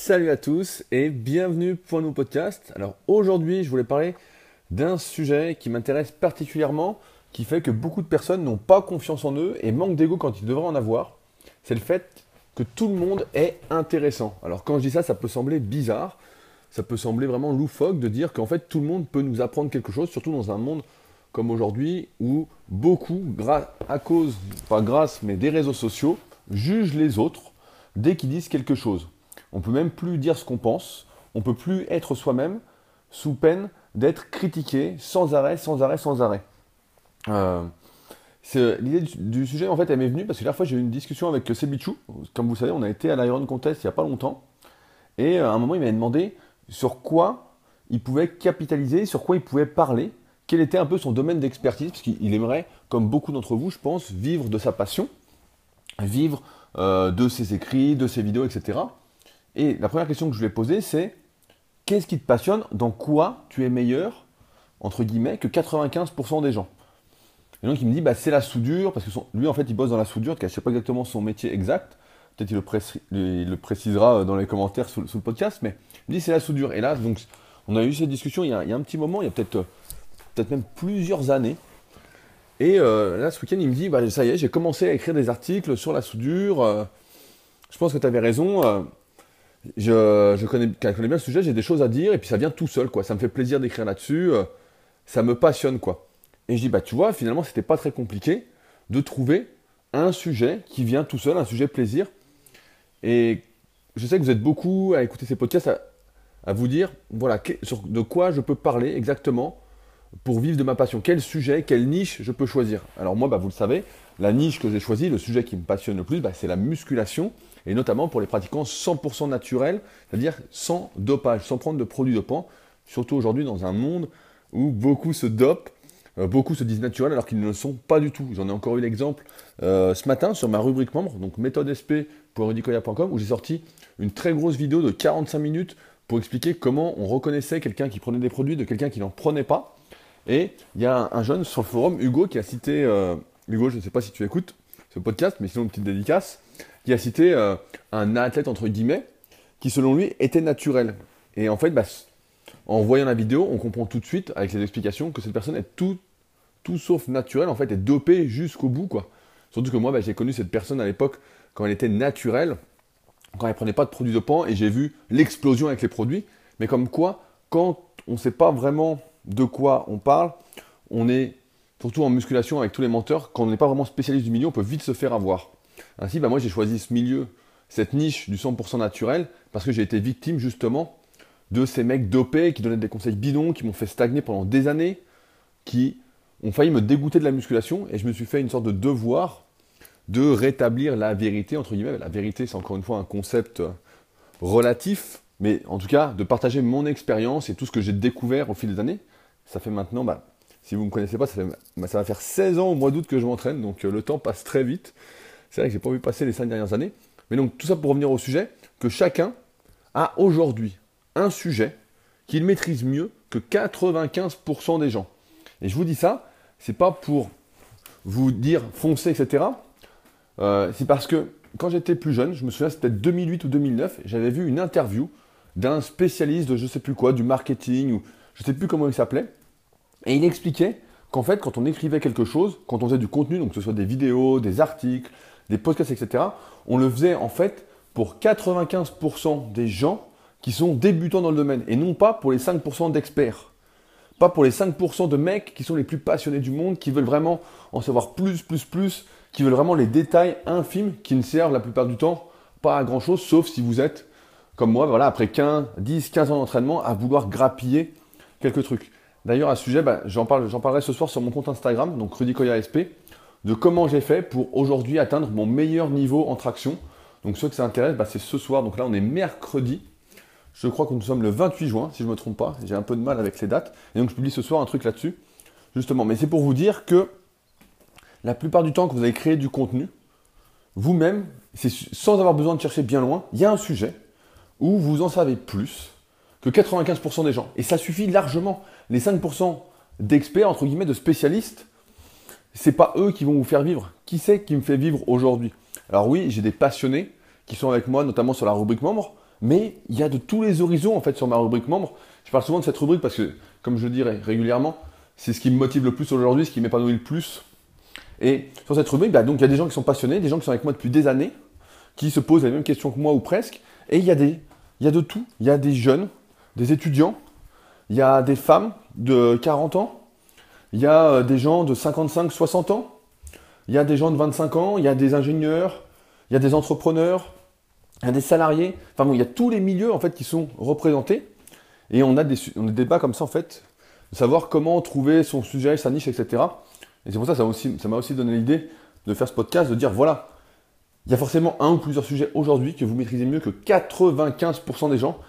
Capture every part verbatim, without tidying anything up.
Salut à tous et bienvenue pour un nouveau podcast. Alors aujourd'hui, je voulais parler d'un sujet qui m'intéresse particulièrement, qui fait que beaucoup de personnes n'ont pas confiance en eux et manquent d'ego quand ils devraient en avoir. C'est le fait que tout le monde est intéressant. Alors quand je dis ça, ça peut sembler bizarre, ça peut sembler vraiment loufoque de dire qu'en fait tout le monde peut nous apprendre quelque chose, surtout dans un monde comme aujourd'hui où beaucoup, à cause, pas grâce, mais des réseaux sociaux, jugent les autres dès qu'ils disent quelque chose. On ne peut même plus dire ce qu'on pense, on ne peut plus être soi-même sous peine d'être critiqué sans arrêt, sans arrêt, sans arrêt. Euh, L'idée du, du sujet, en fait, elle m'est venue parce que la dernière fois, j'ai eu une discussion avec Sebichou. Comme vous savez, on a été à l'Iron Contest il n'y a pas longtemps. Et à un moment, il m'avait demandé sur quoi il pouvait capitaliser, sur quoi il pouvait parler, quel était un peu son domaine d'expertise, parce qu'il aimerait, comme beaucoup d'entre vous, je pense, vivre de sa passion, vivre euh, de ses écrits, de ses vidéos, et cetera. Et la première question que je lui ai posée, c'est qu'est-ce qui te passionne, dans quoi tu es meilleur, entre guillemets, que quatre-vingt-quinze pour cent des gens. Et donc il me dit, bah, c'est la soudure, parce que son, lui en fait il bosse dans la soudure, je ne sais pas exactement son métier exact, peut-être qu'il le, précis, il le précisera dans les commentaires sous, sous le podcast, mais il me dit c'est la soudure. Et là, donc, on a eu cette discussion il y a, il y a un petit moment, il y a peut-être peut-être même plusieurs années. Et euh, là, ce week-end, il me dit, bah, ça y est, j'ai commencé à écrire des articles sur la soudure, euh, je pense que tu avais raison, euh, Je, je, connais, je connais bien le sujet, j'ai des choses à dire et puis ça vient tout seul, quoi. Ça me fait plaisir d'écrire là-dessus, euh, ça me passionne, quoi. Et je dis, bah tu vois, finalement, c'était pas très compliqué de trouver un sujet qui vient tout seul, un sujet plaisir. Et je sais que vous êtes beaucoup à écouter ces podcasts, à, à vous dire, voilà, que, sur, de quoi je peux parler exactement pour vivre de ma passion. Quel sujet, quelle niche je peux choisir. Alors moi, bah, vous le savez, la niche que j'ai choisie, le sujet qui me passionne le plus, bah, c'est la musculation. Et notamment pour les pratiquants cent pour cent naturels, c'est-à-dire sans dopage, sans prendre de produits dopants, surtout aujourd'hui dans un monde où beaucoup se dopent, euh, beaucoup se disent naturels alors qu'ils ne le sont pas du tout. J'en ai encore eu l'exemple euh, ce matin sur ma rubrique membre, donc méthode s p point rudicoya point com, où j'ai sorti une très grosse vidéo de quarante-cinq minutes pour expliquer comment on reconnaissait quelqu'un qui prenait des produits de quelqu'un qui n'en prenait pas. Et il y a un, un jeune sur le forum, Hugo, qui a cité, euh, Hugo, je ne sais pas si tu écoutes ce podcast, mais sinon une petite dédicace, qui a cité euh, un athlète, entre guillemets, qui selon lui était naturel. Et en fait, bah, en voyant la vidéo, on comprend tout de suite, avec ses explications, que cette personne est tout, tout sauf naturelle, en fait, est dopée jusqu'au bout, quoi. Surtout que moi, bah, j'ai connu cette personne à l'époque quand elle était naturelle, quand elle ne prenait pas de produits dopants, et j'ai vu l'explosion avec les produits. Mais comme quoi, quand on ne sait pas vraiment de quoi on parle, on est, surtout en musculation avec tous les menteurs, quand on n'est pas vraiment spécialiste du milieu, on peut vite se faire avoir. Ainsi, bah moi j'ai choisi ce milieu, cette niche du cent pour cent naturel, parce que j'ai été victime justement de ces mecs dopés qui donnaient des conseils bidons, qui m'ont fait stagner pendant des années, qui ont failli me dégoûter de la musculation, et je me suis fait une sorte de devoir de rétablir la vérité, entre guillemets. La vérité, c'est encore une fois un concept relatif, mais en tout cas, de partager mon expérience et tout ce que j'ai découvert au fil des années. Ça fait maintenant, bah, si vous ne me connaissez pas, ça, fait, bah, ça va faire seize ans au mois d'août que je m'entraîne, donc euh, le temps passe très vite. C'est vrai que j'ai pas vu passer les cinq dernières années. Mais donc tout ça pour revenir au sujet, que chacun a aujourd'hui un sujet qu'il maîtrise mieux que quatre-vingt-quinze pour cent des gens. Et je vous dis ça, c'est pas pour vous dire foncez, et cetera. Euh, c'est parce que quand j'étais plus jeune, je me souviens, c'était peut-être deux mille huit ou deux mille neuf, j'avais vu une interview d'un spécialiste de je sais plus quoi, du marketing, ou je sais plus comment il s'appelait. Et il expliquait qu'en fait, quand on écrivait quelque chose, quand on faisait du contenu, donc que ce soit des vidéos, des articles, des podcasts, et cetera, on le faisait en fait pour quatre-vingt-quinze pour cent des gens qui sont débutants dans le domaine et non pas pour les cinq pour cent d'experts. Pas pour les cinq pour cent de mecs qui sont les plus passionnés du monde, qui veulent vraiment en savoir plus, plus, plus, qui veulent vraiment les détails infimes qui ne servent la plupart du temps pas à grand chose, sauf si vous êtes comme moi, voilà, après quinze, dix, quinze ans d'entraînement, à vouloir grappiller quelques trucs. D'ailleurs, à ce sujet, bah, j'en parle, j'en parlerai ce soir sur mon compte Instagram, donc rudicoya s p, de comment j'ai fait pour aujourd'hui atteindre mon meilleur niveau en traction. Donc ceux que ça intéresse, bah, c'est ce soir. Donc là, on est mercredi. Je crois que nous sommes le vingt-huit juin, si je ne me trompe pas. J'ai un peu de mal avec les dates. Et donc je publie ce soir un truc là-dessus, justement. Mais c'est pour vous dire que la plupart du temps que vous avez créé du contenu, vous-même, c'est sans avoir besoin de chercher bien loin, il y a un sujet où vous en savez plus que quatre-vingt-quinze pour cent des gens. Et ça suffit largement. Les cinq pour cent d'experts, entre guillemets, de spécialistes, c'est pas eux qui vont vous faire vivre. Qui c'est qui me fait vivre aujourd'hui? Alors oui, j'ai des passionnés qui sont avec moi, notamment sur la rubrique membre, Mais il y a de tous les horizons en fait sur ma rubrique membre. Je parle souvent de cette rubrique parce que, comme je le dis régulièrement, c'est ce qui me motive le plus aujourd'hui, ce qui m'épanouit le plus. Et sur cette rubrique, bah, donc il y a des gens qui sont passionnés, des gens qui sont avec moi depuis des années, qui se posent les mêmes questions que moi ou presque. Et il y a des, il y a de tout. Il y a des jeunes, des étudiants, il y a des femmes de quarante ans, il y a des gens de cinquante-cinq, soixante ans, il y a des gens de vingt-cinq ans, il y a des ingénieurs, il y a des entrepreneurs, il y a des salariés. Enfin bon, il y a tous les milieux en fait qui sont représentés. Et on a des, on a des débats comme ça en fait, de savoir comment trouver son sujet, sa niche, et cetera. Et c'est pour ça que ça m'a aussi, ça m'a aussi donné l'idée de faire ce podcast, de dire voilà, il y a forcément un ou plusieurs sujets aujourd'hui que vous maîtrisez mieux que quatre-vingt-quinze pour cent des gens,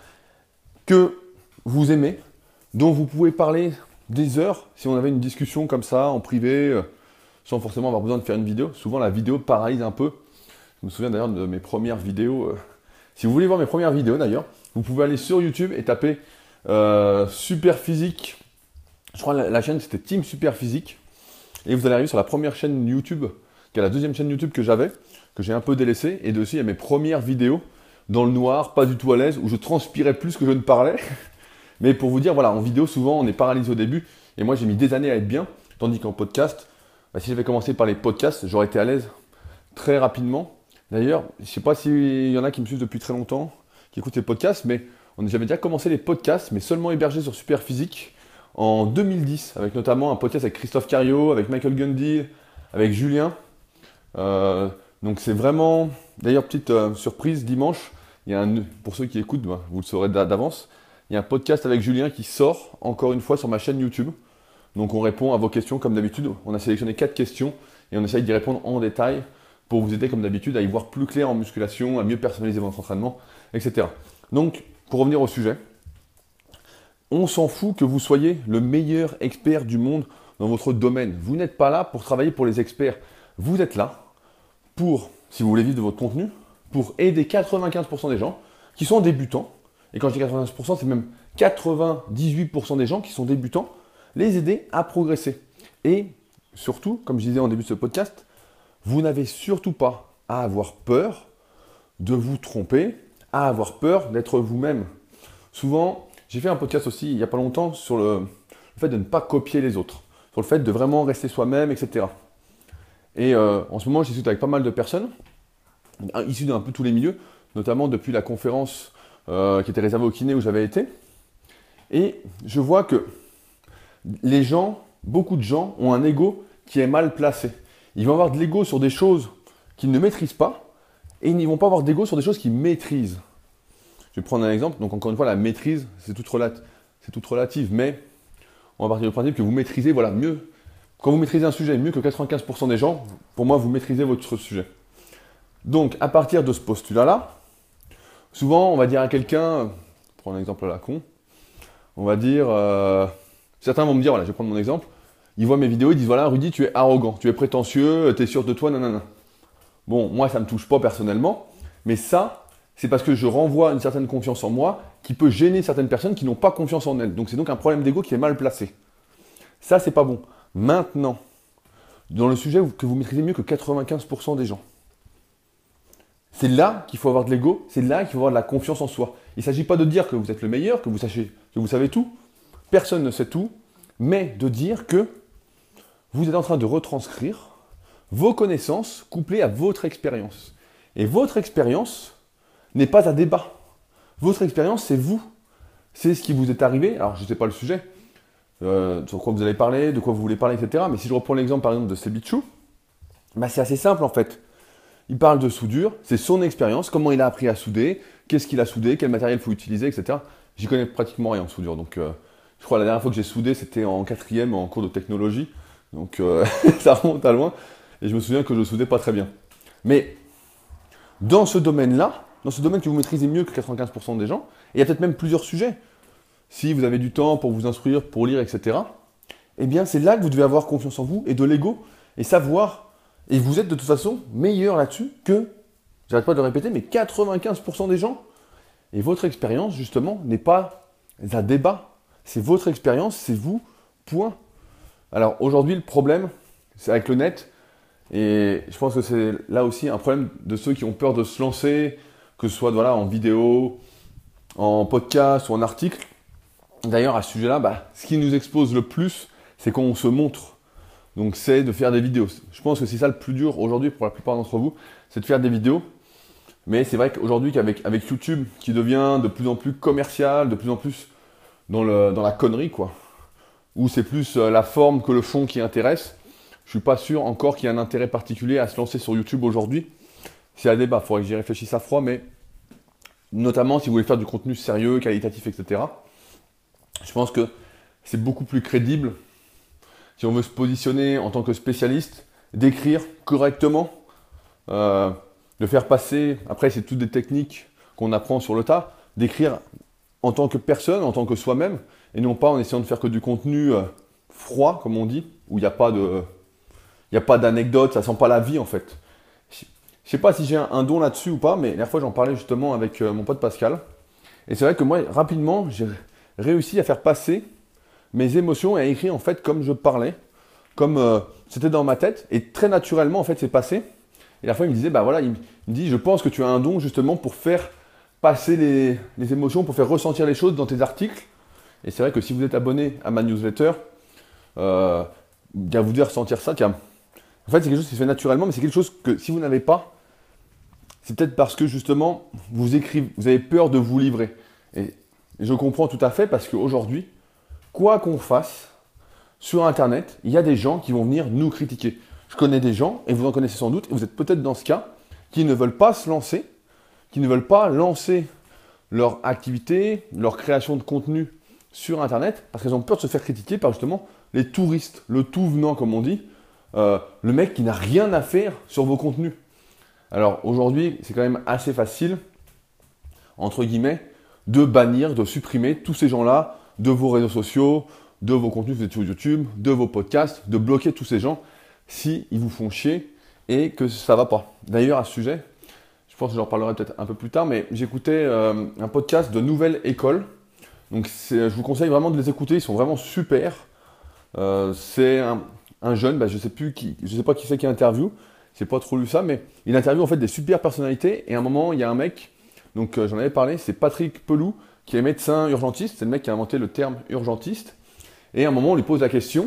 que vous aimez, dont vous pouvez parler des heures si on avait une discussion comme ça en privé, euh, sans forcément avoir besoin de faire une vidéo. Souvent la vidéo paralyse un peu. Je me souviens d'ailleurs de mes premières vidéos. Euh, si vous voulez voir mes premières vidéos d'ailleurs, vous pouvez aller sur YouTube et taper euh, Super Physique. Je crois que la, la chaîne c'était Team Super Physique. Et vous allez arriver sur la première chaîne YouTube, qui est la deuxième chaîne YouTube que j'avais, que j'ai un peu délaissée. Et dessus, il y a mes premières vidéos dans le noir, pas du tout à l'aise, où je transpirais plus que je ne parlais. Mais pour vous dire, voilà, en vidéo, souvent, on est paralysé au début. Et moi, j'ai mis des années à être bien. Tandis qu'en podcast, bah, si j'avais commencé par les podcasts, j'aurais été à l'aise très rapidement. D'ailleurs, je ne sais pas s'il y en a qui me suivent depuis très longtemps, qui écoutent les podcasts, mais j'avais déjà commencé les podcasts, mais seulement hébergés sur Super Physique en deux mille dix, avec notamment un podcast avec Christophe Cario, avec Michael Gundy, avec Julien. Euh, donc c'est vraiment, d'ailleurs petite euh, surprise, dimanche, il y a un, pour ceux qui écoutent, bah, vous le saurez d'avance, il y a un podcast avec Julien qui sort encore une fois sur ma chaîne YouTube. Donc on répond à vos questions comme d'habitude. On a sélectionné quatre questions et on essaye d'y répondre en détail pour vous aider comme d'habitude à y voir plus clair en musculation, à mieux personnaliser votre entraînement, et cetera. Donc pour revenir au sujet, on s'en fout que vous soyez le meilleur expert du monde dans votre domaine. Vous n'êtes pas là pour travailler pour les experts. Vous êtes là pour, si vous voulez vivre de votre contenu, pour aider quatre-vingt-quinze pour cent des gens qui sont débutants. Et quand je dis quatre-vingt-quinze pour cent, c'est même quatre-vingt-dix-huit pour cent des gens qui sont débutants, les aider à progresser. Et surtout, comme je disais en début de ce podcast, vous n'avez surtout pas à avoir peur de vous tromper, à avoir peur d'être vous-même. Souvent, j'ai fait un podcast aussi il n'y a pas longtemps sur le, le fait de ne pas copier les autres, sur le fait de vraiment rester soi-même, et cetera. Et euh, en ce moment, je discute avec pas mal de personnes, issues d'un peu tous les milieux, notamment depuis la conférence euh, qui était réservée au kiné où j'avais été. Et je vois que les gens, beaucoup de gens, ont un ego qui est mal placé. Ils vont avoir de l'ego sur des choses qu'ils ne maîtrisent pas, et ils ne vont pas avoir d'ego sur des choses qu'ils maîtrisent. Je vais prendre un exemple. Donc encore une fois, la maîtrise, c'est toute, relat c'est toute relative, mais on va partir du principe que vous maîtrisez, voilà, mieux. Quand vous maîtrisez un sujet mieux que quatre-vingt-quinze pour cent des gens, pour moi, vous maîtrisez votre sujet. Donc, à partir de ce postulat-là, souvent, on va dire à quelqu'un, prendre un exemple à la con, on va dire, euh, certains vont me dire, voilà, je vais prendre mon exemple, ils voient mes vidéos, ils disent, voilà, Rudy, tu es arrogant, tu es prétentieux, tu es sûr de toi, nanana. Bon, moi, ça ne me touche pas personnellement, mais ça, c'est parce que je renvoie une certaine confiance en moi qui peut gêner certaines personnes qui n'ont pas confiance en elles. Donc c'est donc un problème d'ego qui est mal placé. Ça, c'est pas bon. Maintenant, dans le sujet que vous maîtrisez mieux que quatre-vingt-quinze pour cent des gens, c'est là qu'il faut avoir de l'ego, c'est là qu'il faut avoir de la confiance en soi. Il ne s'agit pas de dire que vous êtes le meilleur, que vous sachez, que vous savez tout. Personne ne sait tout, mais de dire que vous êtes en train de retranscrire vos connaissances couplées à votre expérience. Et votre expérience n'est pas un débat. Votre expérience, c'est vous. C'est ce qui vous est arrivé. Alors, je ne sais pas le sujet, euh, sur quoi vous allez parler, de quoi vous voulez parler, et cetera. Mais si je reprends l'exemple, par exemple, de Sebichou, bah, c'est assez simple, en fait. Il parle de soudure, c'est son expérience, comment il a appris à souder, qu'est-ce qu'il a soudé, quel matériel il faut utiliser, et cetera. J'y connais pratiquement rien en soudure. Donc, euh, je crois que la dernière fois que j'ai soudé, c'était en quatrième, en cours de technologie. Donc, euh, ça remonte à loin. Et je me souviens que je soudais pas très bien. Mais, dans ce domaine-là, dans ce domaine que vous maîtrisez mieux que quatre-vingt-quinze pour cent des gens, et il y a peut-être même plusieurs sujets, si vous avez du temps pour vous instruire, pour lire, et cetera, eh bien c'est là que vous devez avoir confiance en vous et de l'ego, et savoir, et vous êtes de toute façon meilleur là-dessus que, j'arrête pas de le répéter, mais quatre-vingt-quinze pour cent des gens. Et votre expérience, justement, n'est pas un débat, c'est votre expérience, c'est vous, point. Alors aujourd'hui, le problème, c'est avec le net, et je pense que c'est là aussi un problème de ceux qui ont peur de se lancer, que ce soit voilà, en vidéo, en podcast ou en article. D'ailleurs, à ce sujet-là, bah, ce qui nous expose le plus, c'est quand on se montre. Donc, c'est de faire des vidéos. Je pense que c'est ça le plus dur aujourd'hui pour la plupart d'entre vous, c'est de faire des vidéos. Mais c'est vrai qu'aujourd'hui, qu'avec avec YouTube, qui devient de plus en plus commercial, de plus en plus dans, le, dans la connerie, quoi, où c'est plus euh, la forme que le fond qui intéresse, je suis pas sûr encore qu'il y ait un intérêt particulier à se lancer sur YouTube aujourd'hui. C'est à débat, il faudrait que j'y réfléchisse à froid, mais notamment si vous voulez faire du contenu sérieux, qualitatif, et cetera. Je pense que c'est beaucoup plus crédible, si on veut se positionner en tant que spécialiste, d'écrire correctement, euh, de faire passer, après c'est toutes des techniques qu'on apprend sur le tas, d'écrire en tant que personne, en tant que soi-même, et non pas en essayant de faire que du contenu euh, froid, comme on dit, où il n'y a pas de, il n'y a pas d'anecdote, ça sent pas la vie en fait. Je ne sais pas si j'ai un, un don là-dessus ou pas, mais la dernière fois j'en parlais justement avec euh, mon pote Pascal, et c'est vrai que moi, rapidement, j'ai réussi à faire passer mes émotions et à écrire en fait comme je parlais, comme euh, c'était dans ma tête, et très naturellement en fait c'est passé. Et la fois il me disait, bah voilà, il me dit, je pense que tu as un don justement pour faire passer les, les émotions, pour faire ressentir les choses dans tes articles. Et c'est vrai que si vous êtes abonné à ma newsletter, euh, bien vous devez ressentir ça. Tiens. En fait, c'est quelque chose qui se fait naturellement, mais c'est quelque chose que si vous n'avez pas, c'est peut-être parce que justement, vous écrivez, vous avez peur de vous livrer. Et, et je comprends tout à fait parce qu'aujourd'hui, quoi qu'on fasse sur Internet, il y a des gens qui vont venir nous critiquer. Je connais des gens, et vous en connaissez sans doute, et vous êtes peut-être dans ce cas, qui ne veulent pas se lancer, qui ne veulent pas lancer leur activité, leur création de contenu sur Internet, parce qu'ils ont peur de se faire critiquer par justement les touristes, le tout venant comme on dit, euh, le mec qui n'a rien à faire sur vos contenus. Alors aujourd'hui, c'est quand même assez facile, entre guillemets, de bannir, de supprimer tous ces gens-là de vos réseaux sociaux, de vos contenus, vous êtes sur YouTube, de vos podcasts, de bloquer tous ces gens si ils vous font chier et que ça va pas. D'ailleurs, à ce sujet, je pense que j'en reparlerai peut-être un peu plus tard, mais j'écoutais euh, un podcast de Nouvelle École. Donc je vous conseille vraiment de les écouter, ils sont vraiment super. Euh, c'est un, un jeune, bah, je sais plus qui, je sais pas qui c'est qui interview, j'ai pas trop lu ça, mais il interviewe en fait des super personnalités. Et à un moment, il y a un mec, donc euh, j'en avais parlé, c'est Patrick Pelou, qui est médecin urgentiste. C'est le mec qui a inventé le terme urgentiste. Et à un moment, on lui pose la question.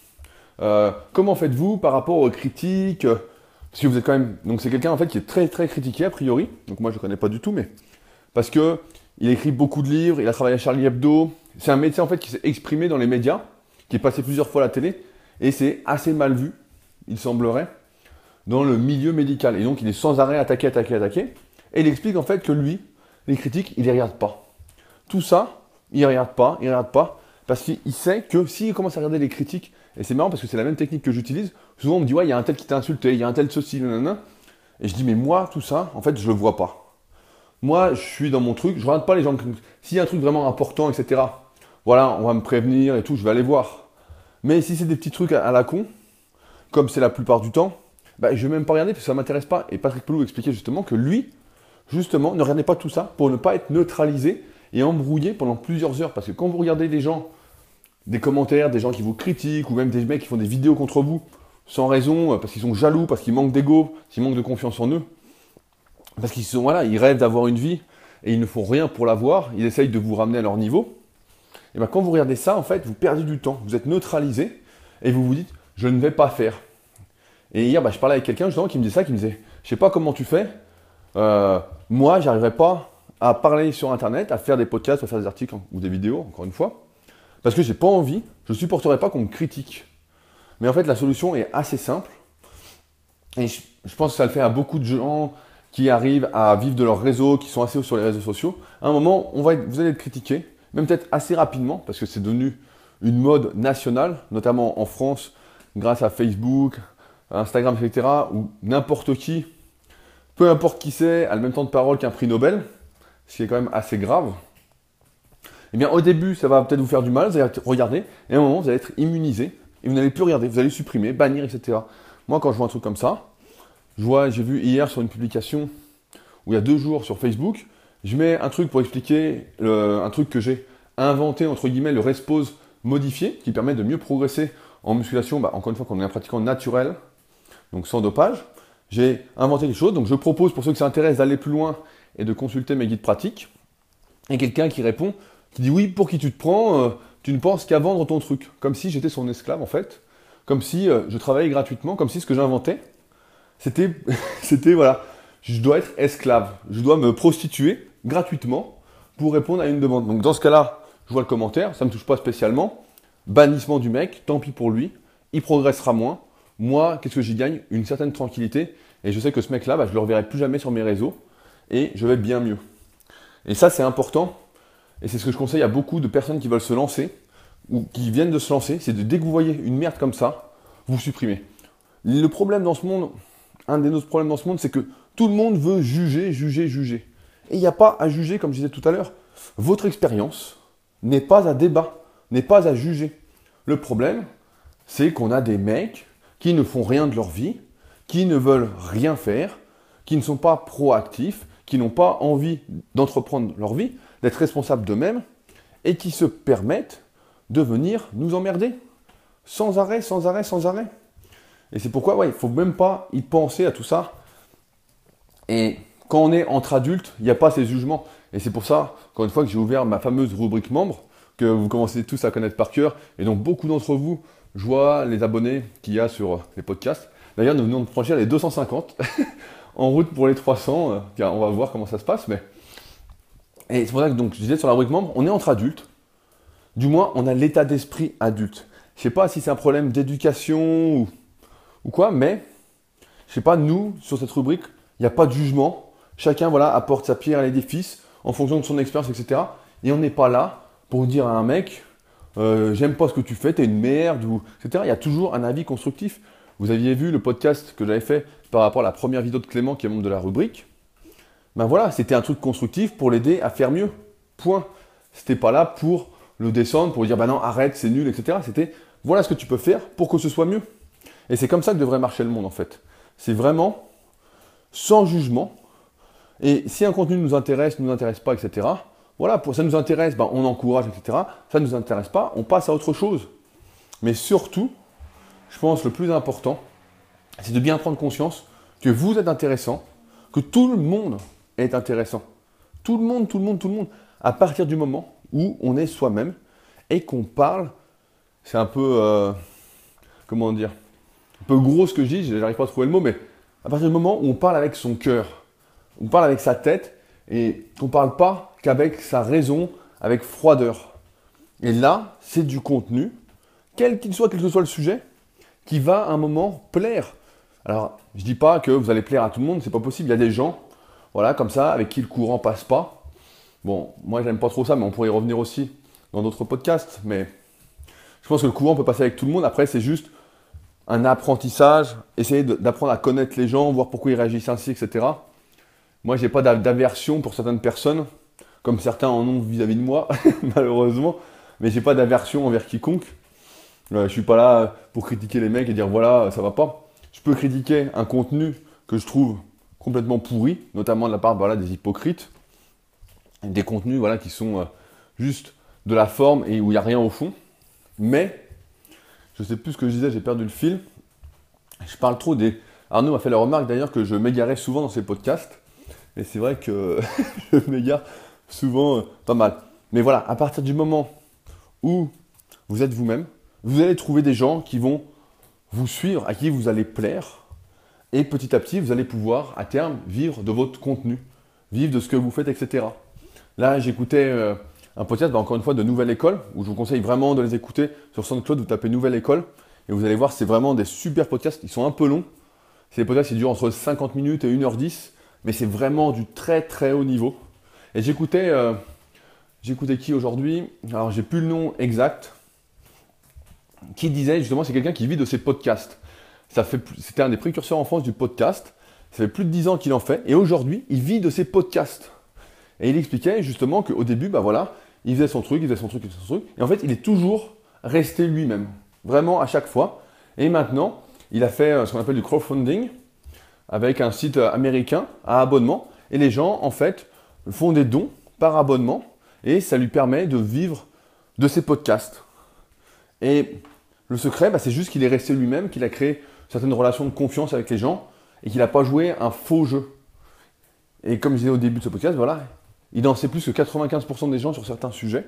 Euh, comment faites-vous par rapport aux critiques? Parce que vous êtes quand même, donc c'est quelqu'un en fait qui est très très critiqué a priori. Donc moi je ne connais pas du tout, mais parce que il écrit beaucoup de livres, il a travaillé à Charlie Hebdo. C'est un médecin en fait qui s'est exprimé dans les médias, qui est passé plusieurs fois à la télé, et c'est assez mal vu, il semblerait, dans le milieu médical. Et donc il est sans arrêt attaqué, attaqué, attaqué. Et il explique en fait que lui, les critiques, il les regarde pas. Tout ça, il ne regarde pas, il ne regarde pas, parce qu'il sait que s'il commence à regarder les critiques, et c'est marrant parce que c'est la même technique que j'utilise, souvent on me dit ouais, il y a un tel qui t'a insulté, il y a un tel ceci, nanana. Et je dis mais moi, tout ça, en fait, je le vois pas. Moi, je suis dans mon truc, je regarde pas les gens. S'il y a un truc vraiment important, et cetera, voilà, on va me prévenir et tout, je vais aller voir. Mais si c'est des petits trucs à la con, comme c'est la plupart du temps, bah, je vais même pas regarder parce que ça m'intéresse pas. Et Patrick Pelou expliquait justement que lui, justement, ne regardait pas tout ça pour ne pas être neutralisé et embrouillé pendant plusieurs heures. Parce que quand vous regardez des gens, des commentaires, des gens qui vous critiquent, ou même des mecs qui font des vidéos contre vous, sans raison, parce qu'ils sont jaloux, parce qu'ils manquent d'ego, parce qu'ils manquent de confiance en eux, parce qu'ils sont, voilà, ils rêvent d'avoir une vie, et ils ne font rien pour l'avoir, ils essayent de vous ramener à leur niveau. Et bien quand vous regardez ça, en fait, vous perdez du temps, vous êtes neutralisé, et vous vous dites, je ne vais pas faire. Et hier, bah, je parlais avec quelqu'un justement qui me disait ça, qui me disait, je sais pas comment tu fais, euh, moi, j'arriverai pas à parler sur Internet, à faire des podcasts, à faire des articles ou des vidéos, encore une fois, parce que j'ai pas envie, je ne supporterai pas qu'on me critique. Mais en fait, la solution est assez simple. Et je, je pense que ça le fait à beaucoup de gens qui arrivent à vivre de leur réseau, qui sont assez hauts sur les réseaux sociaux. À un moment, on va être, vous allez être critiqué, même peut-être assez rapidement, parce que c'est devenu une mode nationale, notamment en France, grâce à Facebook, Instagram, et cetera, où n'importe qui, peu importe qui c'est, a le même temps de parole qu'un prix Nobel, ce qui est quand même assez grave. Eh bien, au début, ça va peut-être vous faire du mal, vous allez regarder, et à un moment, vous allez être immunisé, et vous n'allez plus regarder, vous allez supprimer, bannir, et cetera. Moi, quand je vois un truc comme ça, je vois, j'ai vu hier sur une publication, où il y a deux jours sur Facebook, je mets un truc pour expliquer le, un truc que j'ai inventé, entre guillemets, le Respose modifié, qui permet de mieux progresser en musculation, bah, encore une fois, quand on est un pratiquant naturel, donc sans dopage. J'ai inventé quelque chose, donc je propose pour ceux qui s'intéressent d'aller plus loin et de consulter mes guides pratiques. Et quelqu'un qui répond, qui dit oui, pour qui tu te prends, euh, tu ne penses qu'à vendre ton truc. Comme si j'étais son esclave en fait, comme si euh, je travaillais gratuitement, comme si ce que j'inventais, c'était, c'était voilà, je dois être esclave, je dois me prostituer gratuitement pour répondre à une demande. Donc dans ce cas-là, je vois le commentaire, ça ne me touche pas spécialement, bannissement du mec, tant pis pour lui, il progressera moins. Moi, qu'est-ce que j'y gagne? Une certaine tranquillité, et je sais que ce mec-là, bah, je ne le reverrai plus jamais sur mes réseaux, et je vais bien mieux. Et ça, c'est important, et c'est ce que je conseille à beaucoup de personnes qui veulent se lancer, ou qui viennent de se lancer, c'est de dès que vous voyez une merde comme ça, vous supprimez. Le problème dans ce monde, un des autres problèmes dans ce monde, c'est que tout le monde veut juger, juger, juger. Et il n'y a pas à juger, comme je disais tout à l'heure. Votre expérience n'est pas à débat, n'est pas à juger. Le problème, c'est qu'on a des mecs qui ne font rien de leur vie, qui ne veulent rien faire, qui ne sont pas proactifs, qui n'ont pas envie d'entreprendre leur vie, d'être responsables d'eux-mêmes, et qui se permettent de venir nous emmerder. Sans arrêt, sans arrêt, sans arrêt. Et c'est pourquoi, ouais, il ne faut même pas y penser à tout ça. Et quand on est entre adultes, il n'y a pas ces jugements. Et c'est pour ça, encore une fois, que j'ai ouvert ma fameuse rubrique membres, que vous commencez tous à connaître par cœur. Et donc, beaucoup d'entre vous, je vois les abonnés qu'il y a sur les podcasts. D'ailleurs, nous venons de franchir les deux cent cinquante, en route pour les trois cents. Euh, on va voir comment ça se passe. Mais... Et c'est pour ça que donc, je disais sur la rubrique membres, on est entre adultes. Du moins, on a l'état d'esprit adulte. Je ne sais pas si c'est un problème d'éducation ou, ou quoi, mais je ne sais pas, nous, sur cette rubrique, il n'y a pas de jugement. Chacun voilà, apporte sa pierre à l'édifice en fonction de son expérience, et cetera. Et on n'est pas là pour dire à un mec, euh, j'aime pas ce que tu fais, t'es une merde, ou, et cetera. Il y a toujours un avis constructif. Vous aviez vu le podcast que j'avais fait par rapport à la première vidéo de Clément qui est membre de la rubrique. Ben voilà, c'était un truc constructif pour l'aider à faire mieux. Point. C'était pas là pour le descendre, pour dire bah non, arrête, c'est nul, et cetera. C'était voilà ce que tu peux faire pour que ce soit mieux. Et c'est comme ça que devrait marcher le monde en fait. C'est vraiment sans jugement. Et si un contenu nous intéresse, ne nous intéresse pas, et cetera. Voilà, pour ça nous intéresse, ben, on encourage, et cetera. Ça ne nous intéresse pas, on passe à autre chose. Mais surtout, je pense le plus important, c'est de bien prendre conscience que vous êtes intéressant, que tout le monde est intéressant. Tout le monde, tout le monde, tout le monde. À partir du moment où on est soi-même et qu'on parle, c'est un peu, euh, comment dire, un peu gros ce que je dis, j'arrive pas à trouver le mot, mais à partir du moment où on parle avec son cœur, on parle avec sa tête et qu'on ne parle pas qu'avec sa raison, avec froideur. Et là, c'est du contenu, quel qu'il soit, quel que soit le sujet, qui va à un moment plaire. Alors, je ne dis pas que vous allez plaire à tout le monde, c'est pas possible. Il y a des gens, voilà, comme ça, avec qui le courant passe pas. Bon, moi, j'aime pas trop ça, mais on pourrait y revenir aussi dans d'autres podcasts. Mais je pense que le courant peut passer avec tout le monde. Après, c'est juste un apprentissage, essayer d'apprendre à connaître les gens, voir pourquoi ils réagissent ainsi, et cetera. Moi, je n'ai pas d'aversion pour certaines personnes, comme certains en ont vis-à-vis de moi, malheureusement. Mais je n'ai pas d'aversion envers quiconque. Euh, je ne suis pas là pour critiquer les mecs et dire voilà, ça va pas. Je peux critiquer un contenu que je trouve complètement pourri, notamment de la part voilà, des hypocrites. Des contenus voilà, qui sont euh, juste de la forme et où il n'y a rien au fond. Mais, je ne sais plus ce que je disais, j'ai perdu le fil. Je parle trop des... Arnaud m'a fait la remarque d'ailleurs que je m'égarais souvent dans ses podcasts. Et c'est vrai que je m'égare souvent euh, pas mal. Mais voilà, à partir du moment où vous êtes vous-même, vous allez trouver des gens qui vont vous suivre, à qui vous allez plaire. Et petit à petit, vous allez pouvoir, à terme, vivre de votre contenu, vivre de ce que vous faites, et cetera. Là, j'écoutais euh, un podcast, bah, encore une fois, de Nouvelle École, où je vous conseille vraiment de les écouter. Sur SoundCloud, vous tapez Nouvelle École, et vous allez voir, c'est vraiment des super podcasts. Ils sont un peu longs. C'est des podcasts qui durent entre cinquante minutes et une heure dix, mais c'est vraiment du très très haut niveau. Et j'écoutais, euh, j'écoutais qui aujourd'hui? Alors, j'ai plus le nom exact. Qui disait, justement, c'est quelqu'un qui vit de ses podcasts. Ça fait, c'était un des précurseurs en France du podcast. Ça fait plus de dix ans qu'il en fait. Et aujourd'hui, il vit de ses podcasts. Et il expliquait justement qu'au début, bah voilà, il faisait son truc, il faisait son truc, il faisait son truc. Et en fait, il est toujours resté lui-même. Vraiment à chaque fois. Et maintenant, il a fait ce qu'on appelle du crowdfunding avec un site américain à abonnement. Et les gens, en fait, font des dons par abonnement. Et ça lui permet de vivre de ses podcasts. Et le secret, bah, c'est juste qu'il est resté lui-même, qu'il a créé certaines relations de confiance avec les gens et qu'il n'a pas joué un faux jeu. Et comme je disais au début de ce podcast, voilà, il en sait plus que quatre-vingt-quinze pour cent des gens sur certains sujets,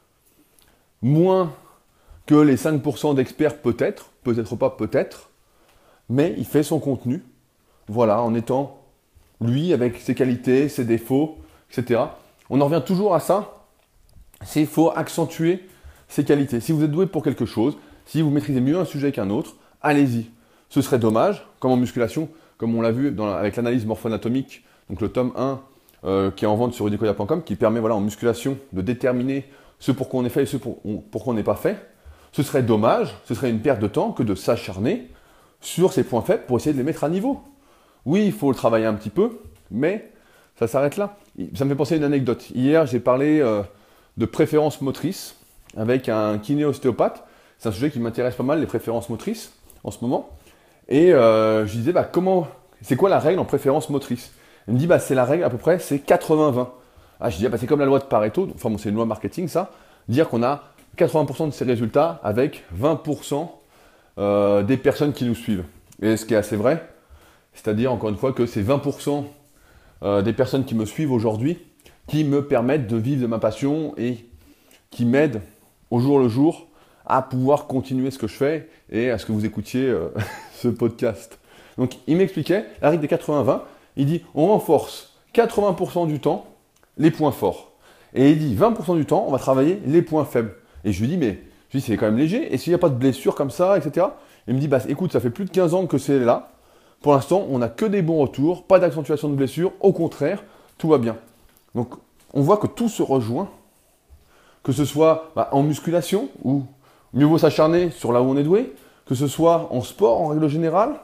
moins que les cinq pour cent d'experts peut-être, peut-être pas peut-être, mais il fait son contenu, voilà, en étant lui avec ses qualités, ses défauts, et cetera. On en revient toujours à ça, c'est qu'il faut accentuer ses qualités. Si vous êtes doué pour quelque chose, si vous maîtrisez mieux un sujet qu'un autre, allez-y. Ce serait dommage, comme en musculation, comme on l'a vu dans, avec l'analyse morpho-anatomique, donc le tome un euh, qui est en vente sur rudicoya point com, qui permet voilà, en musculation de déterminer ce pour quoi on est fait et ce pour, pour quoi on n'est pas fait. Ce serait dommage, ce serait une perte de temps que de s'acharner sur ces points faibles pour essayer de les mettre à niveau. Oui, il faut le travailler un petit peu, mais ça s'arrête là. Ça me fait penser à une anecdote. Hier, j'ai parlé euh, de préférences motrices avec un kiné-ostéopathe. C'est un sujet qui m'intéresse pas mal, les préférences motrices, en ce moment. Et euh, je disais, bah, comment, c'est quoi la règle en préférence motrice? Il me dit, bah, c'est la règle à peu près, c'est quatre-vingts vingt. Ah, je dis, ah, bah, c'est comme la loi de Pareto, enfin bon, c'est une loi marketing ça, dire qu'on a quatre-vingts pour cent de ses résultats avec vingt pour cent euh, des personnes qui nous suivent. Et ce qui est assez vrai, c'est-à-dire encore une fois que c'est vingt pour cent euh, des personnes qui me suivent aujourd'hui qui me permettent de vivre de ma passion et qui m'aident au jour le jour à pouvoir continuer ce que je fais et à ce que vous écoutiez euh, ce podcast. Donc il m'expliquait, la règle des quatre-vingts vingt, il dit on renforce quatre-vingts pour cent du temps les points forts. Et il dit vingt pour cent du temps, on va travailler les points faibles. Et je lui dis, mais je lui dis, c'est quand même léger, et s'il n'y a pas de blessure comme ça, et cetera. Il me dit, bah écoute, ça fait plus de quinze ans que c'est là. Pour l'instant, on n'a que des bons retours, pas d'accentuation de blessure, au contraire, tout va bien. Donc on voit que tout se rejoint, que ce soit bah, en musculation, où mieux vaut s'acharner sur là où on est doué, que ce soit en sport en règle générale.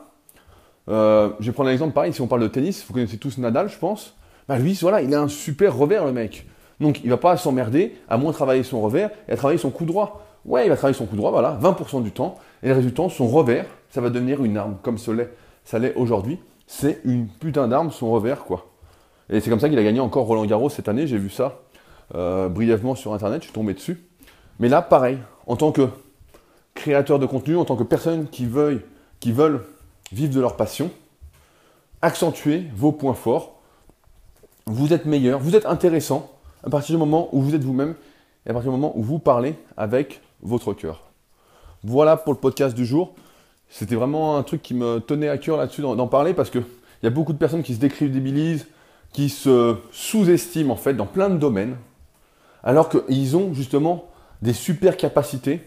Euh, je vais prendre un exemple pareil, si on parle de tennis, vous connaissez tous Nadal, je pense. Bah lui, voilà, il a un super revers, le mec. Donc il ne va pas s'emmerder à moins travailler son revers et à travailler son coup droit. Ouais, il va travailler son coup droit, voilà, vingt pour cent du temps. Et le résultat, son revers, ça va devenir une arme, comme ça l'est, ça l'est aujourd'hui. C'est une putain d'arme, son revers, quoi. Et c'est comme ça qu'il a gagné encore Roland Garros cette année, j'ai vu ça euh, brièvement sur Internet, je suis tombé dessus. Mais là, pareil, en tant que créateur de contenu, en tant que personne qui veuille, qui veulent vivre de leur passion, accentuez vos points forts. Vous êtes meilleur, vous êtes intéressant à partir du moment où vous êtes vous-même et à partir du moment où vous parlez avec votre cœur. Voilà pour le podcast du jour. C'était vraiment un truc qui me tenait à cœur là-dessus d'en parler parce qu'il y a beaucoup de personnes qui se décrédibilisent, qui se sous-estiment en fait dans plein de domaines, alors qu'ils ont justement des super capacités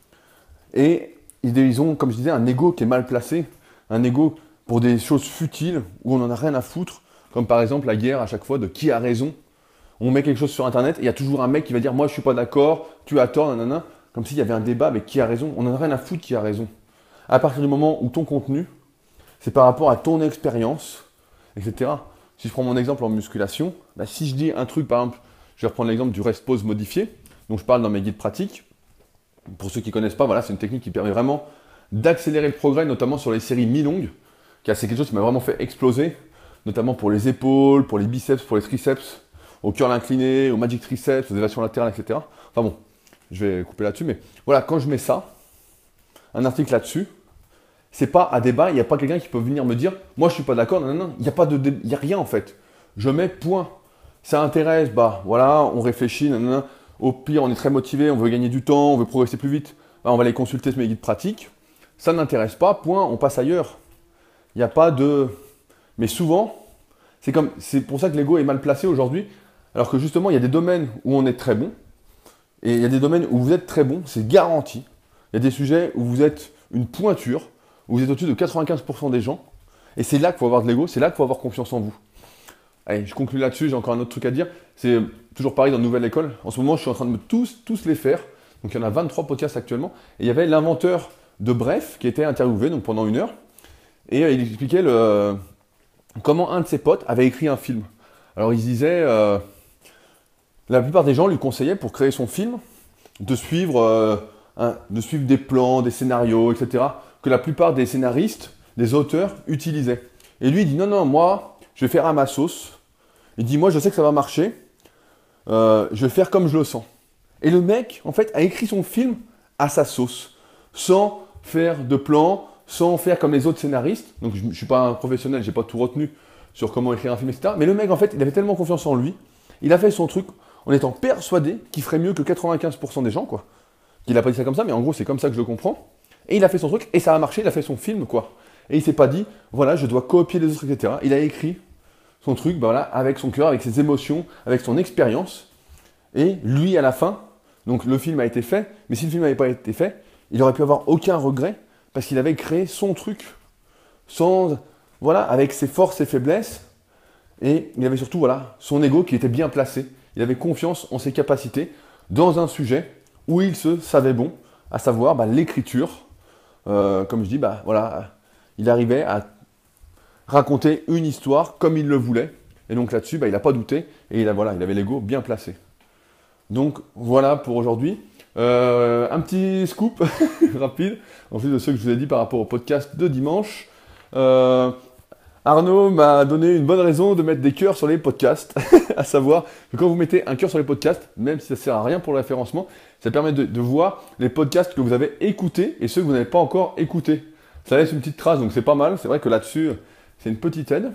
et ils ont, comme je disais, un ego qui est mal placé, un ego pour des choses futiles où on n'en a rien à foutre, comme par exemple la guerre à chaque fois de qui a raison. On met quelque chose sur Internet et il y a toujours un mec qui va dire « moi je suis pas d'accord, tu as tort, nanana », comme s'il y avait un débat avec qui a raison. On n'en a rien à foutre qui a raison. À partir du moment où ton contenu, c'est par rapport à ton expérience, et cetera. Si je prends mon exemple en musculation, bah si je dis un truc, par exemple, je vais reprendre l'exemple du rest pause modifié, dont je parle dans mes guides pratiques. Pour ceux qui ne connaissent pas, voilà, c'est une technique qui permet vraiment d'accélérer le progrès, notamment sur les séries mi-longues, car c'est quelque chose qui m'a vraiment fait exploser, notamment pour les épaules, pour les biceps, pour les triceps, au curl incliné, au magic triceps, aux élévations latérales, et cetera. Enfin bon, je vais couper là-dessus, mais voilà, quand je mets ça, un article là-dessus, c'est pas à débat, il n'y a pas quelqu'un qui peut venir me dire « moi je suis pas d'accord, non, non, non, il n'y a pas de, il y a rien en fait. Je mets point. Ça intéresse, bah voilà, on réfléchit, non, non, non. Au pire, on est très motivé, on veut gagner du temps, on veut progresser plus vite, bah, on va aller consulter mes guides pratiques. Ça n'intéresse pas, point, on passe ailleurs. Il n'y a pas de... Mais souvent, c'est comme, c'est pour ça que l'ego est mal placé aujourd'hui, alors que justement, il y a des domaines où on est très bon, et il y a des domaines où vous êtes très bon, c'est garanti. Il y a des sujets où vous êtes une pointure, où vous êtes au-dessus de quatre-vingt-quinze pour cent des gens, et c'est là qu'il faut avoir de l'ego, c'est là qu'il faut avoir confiance en vous. Allez, je conclue là-dessus, j'ai encore un autre truc à dire. C'est toujours pareil dans Nouvelle École. En ce moment, je suis en train de me tous, tous les faire. Donc, il y en a vingt-trois podcasts actuellement. Et il y avait l'inventeur de Bref qui était interviewé donc pendant une heure. Et euh, il expliquait le, comment un de ses potes avait écrit un film. Alors, il se disait, euh, la plupart des gens lui conseillaient pour créer son film de suivre, euh, un, de suivre des plans, des scénarios, et cetera, que la plupart des scénaristes, des auteurs utilisaient. Et lui, il dit, non, non, moi, je vais faire à ma sauce. Il dit, moi, je sais que ça va marcher. Euh, je vais faire comme je le sens. Et le mec, en fait, a écrit son film à sa sauce, sans faire de plan, sans faire comme les autres scénaristes. Donc, je ne suis pas un professionnel, je n'ai pas tout retenu sur comment écrire un film, et cetera. Mais le mec, en fait, il avait tellement confiance en lui Il a fait son truc en étant persuadé qu'il ferait mieux que quatre-vingt-quinze pour cent des gens, quoi. Il a pas dit ça comme ça, mais en gros, c'est comme ça que je le comprends. Et il a fait son truc, et ça a marché, il a fait son film, quoi. Et il s'est pas dit, voilà, je dois copier les autres, et cetera. Il a écrit son truc, bah voilà, avec son cœur, avec ses émotions, avec son expérience. Et lui, à la fin, donc le film a été fait, mais si le film n'avait pas été fait, il aurait pu avoir aucun regret, parce qu'il avait créé son truc, sans, voilà, avec ses forces et faiblesses, et il avait surtout, voilà, son ego qui était bien placé. Il avait confiance en ses capacités dans un sujet où il se savait bon, à savoir bah, l'écriture. Euh, comme je dis, bah, voilà, il arrivait à raconter une histoire comme il le voulait. Et donc là-dessus, bah, il n'a pas douté et il, a, voilà, il avait l'ego bien placé. Donc voilà pour aujourd'hui. Euh, un petit scoop rapide, en plus de ceux que je vous ai dit par rapport au podcast de dimanche. Euh, Arnaud m'a donné une bonne raison de mettre des cœurs sur les podcasts, à savoir que quand vous mettez un cœur sur les podcasts, même si ça ne sert à rien pour le référencement, ça permet de, de voir les podcasts que vous avez écoutés et ceux que vous n'avez pas encore écoutés. Ça laisse une petite trace, donc c'est pas mal. C'est vrai que là-dessus, c'est une petite aide.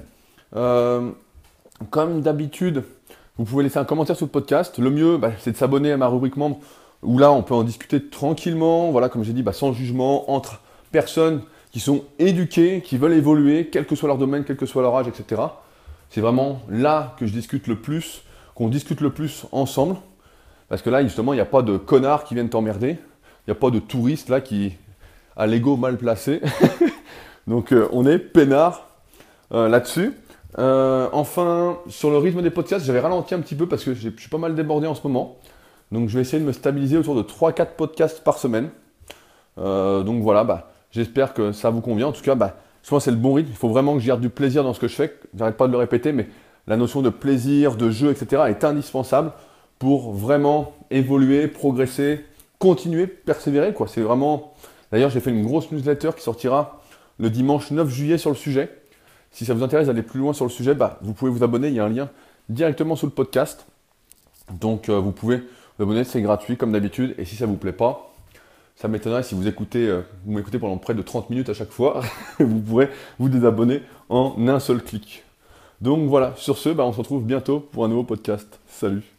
Euh, comme d'habitude, vous pouvez laisser un commentaire sur le podcast. Le mieux, bah, c'est de s'abonner à ma rubrique membre, où là, on peut en discuter tranquillement, voilà, comme j'ai dit, bah, sans jugement, entre personnes qui sont éduqués, qui veulent évoluer, quel que soit leur domaine, quel que soit leur âge, et cetera. C'est vraiment là que je discute le plus, qu'on discute le plus ensemble. Parce que là, justement, il n'y a pas de connards qui viennent t'emmerder. Il n'y a pas de touristes là qui a l'ego mal placé. Donc, euh, on est peinard euh, là-dessus. Euh, enfin, sur le rythme des podcasts, j'avais ralenti un petit peu parce que je suis pas mal débordé en ce moment. Donc, je vais essayer de me stabiliser autour de trois quatre podcasts par semaine. Euh, donc, voilà, bah. J'espère que ça vous convient. En tout cas, bah, je pense que c'est le bon rythme. Il faut vraiment que je garde du plaisir dans ce que je fais. J'arrête pas de le répéter, mais la notion de plaisir, de jeu, et cetera est indispensable pour vraiment évoluer, progresser, continuer, persévérer, quoi. C'est vraiment... D'ailleurs, j'ai fait une grosse newsletter qui sortira le dimanche neuf juillet sur le sujet. Si ça vous intéresse d'aller plus loin sur le sujet, bah, vous pouvez vous abonner. Il y a un lien directement sous le podcast. Donc, euh, vous pouvez vous abonner. C'est gratuit comme d'habitude. Et si ça ne vous plaît pas, ça m'étonnerait si vous écoutez, euh, vous m'écoutez pendant près de trente minutes à chaque fois, vous pourrez vous désabonner en un seul clic. Donc voilà, sur ce, bah, on se retrouve bientôt pour un nouveau podcast. Salut!